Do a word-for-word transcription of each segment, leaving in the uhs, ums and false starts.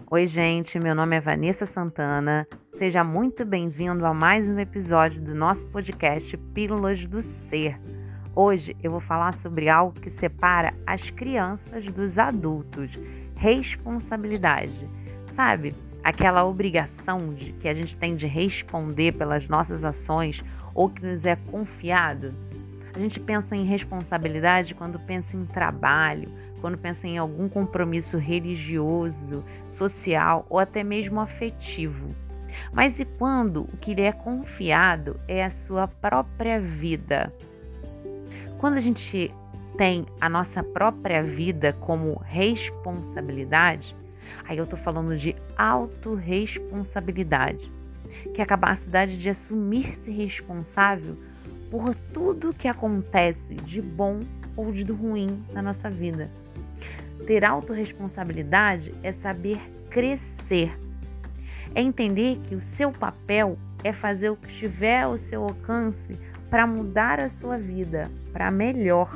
Oi, gente, meu nome é Vanessa Santana. Seja muito bem-vindo a mais um episódio do nosso podcast Pílulas do Ser. Hoje eu vou falar sobre algo que separa as crianças dos adultos: responsabilidade. Sabe, aquela obrigação de, que a gente tem de responder pelas nossas ações ou que nos é confiado. A gente pensa em responsabilidade quando pensa em trabalho, quando pensa em algum compromisso religioso, social ou até mesmo afetivo. Mas e quando o que lhe é confiado é a sua própria vida? Quando a gente tem a nossa própria vida como responsabilidade, aí eu estou falando de autorresponsabilidade, que é a capacidade de assumir-se responsável por tudo que acontece de bom ou de ruim na nossa vida. Ter autorresponsabilidade é saber crescer, é entender que o seu papel é fazer o que estiver ao seu alcance para mudar a sua vida para melhor.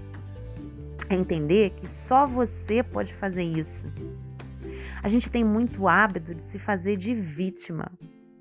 É entender que só você pode fazer isso. A gente tem muito hábito de se fazer de vítima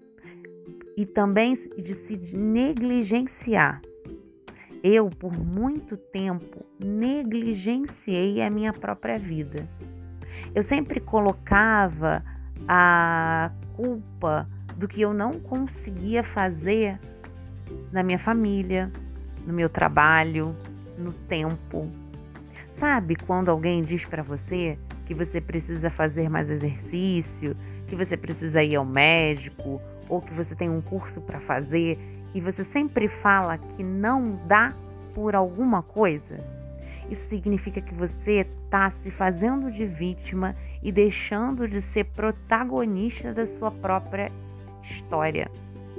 e também de se negligenciar. Eu, por muito tempo, negligenciei a minha própria vida. Eu sempre colocava a culpa do que eu não conseguia fazer na minha família, no meu trabalho, no tempo. Sabe quando alguém diz para você que você precisa fazer mais exercício, que você precisa ir ao médico, ou que você tem um curso para fazer e você sempre fala que não dá por alguma coisa? Isso significa que você está se fazendo de vítima e deixando de ser protagonista da sua própria história.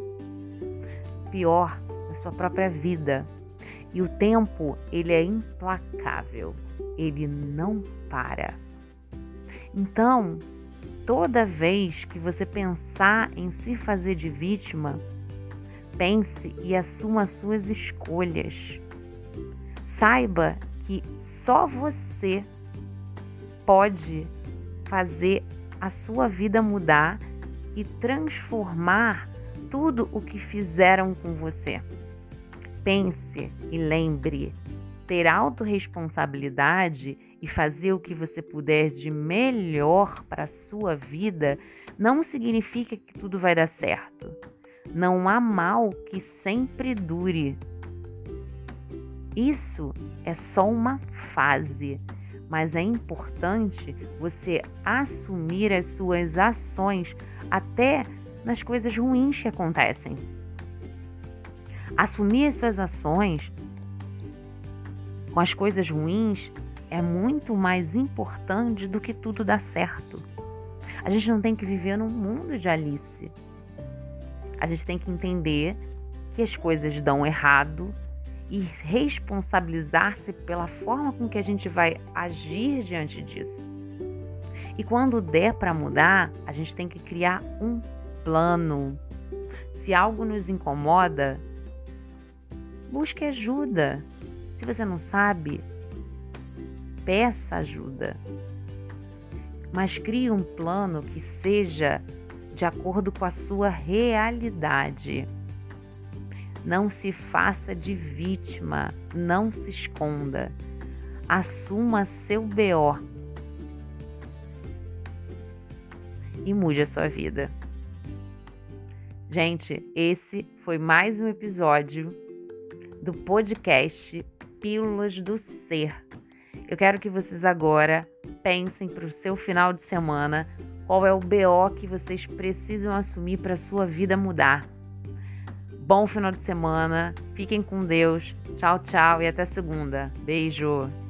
Pior, da sua própria vida. E o tempo, ele é implacável. Ele não para. Então, toda vez que você pensar em se fazer de vítima, pense e assuma suas escolhas. Saiba que só você pode fazer a sua vida mudar e transformar tudo o que fizeram com você. Pense e lembre, ter autorresponsabilidade e fazer o que você puder de melhor para a sua vida não significa que tudo vai dar certo. Não há mal que sempre dure. Isso é só uma fase, mas é importante você assumir as suas ações até nas coisas ruins que acontecem. Assumir as suas ações com as coisas ruins é muito mais importante do que tudo dar certo. A gente não tem que viver num mundo de Alice. A gente tem que entender que as coisas dão errado e responsabilizar-se pela forma com que a gente vai agir diante disso. E quando der para mudar, a gente tem que criar um plano. Se algo nos incomoda, busque ajuda. Se você não sabe, peça ajuda. Mas crie um plano que seja de acordo com a sua realidade. Não se faça de vítima, não se esconda. Assuma seu B O e mude a sua vida. Gente, esse foi mais um episódio do podcast Pílulas do Ser. Eu quero que vocês agora pensem para o seu final de semana qual é o B O que vocês precisam assumir para a sua vida mudar. Bom final de semana, fiquem com Deus, tchau, tchau e até segunda. Beijo!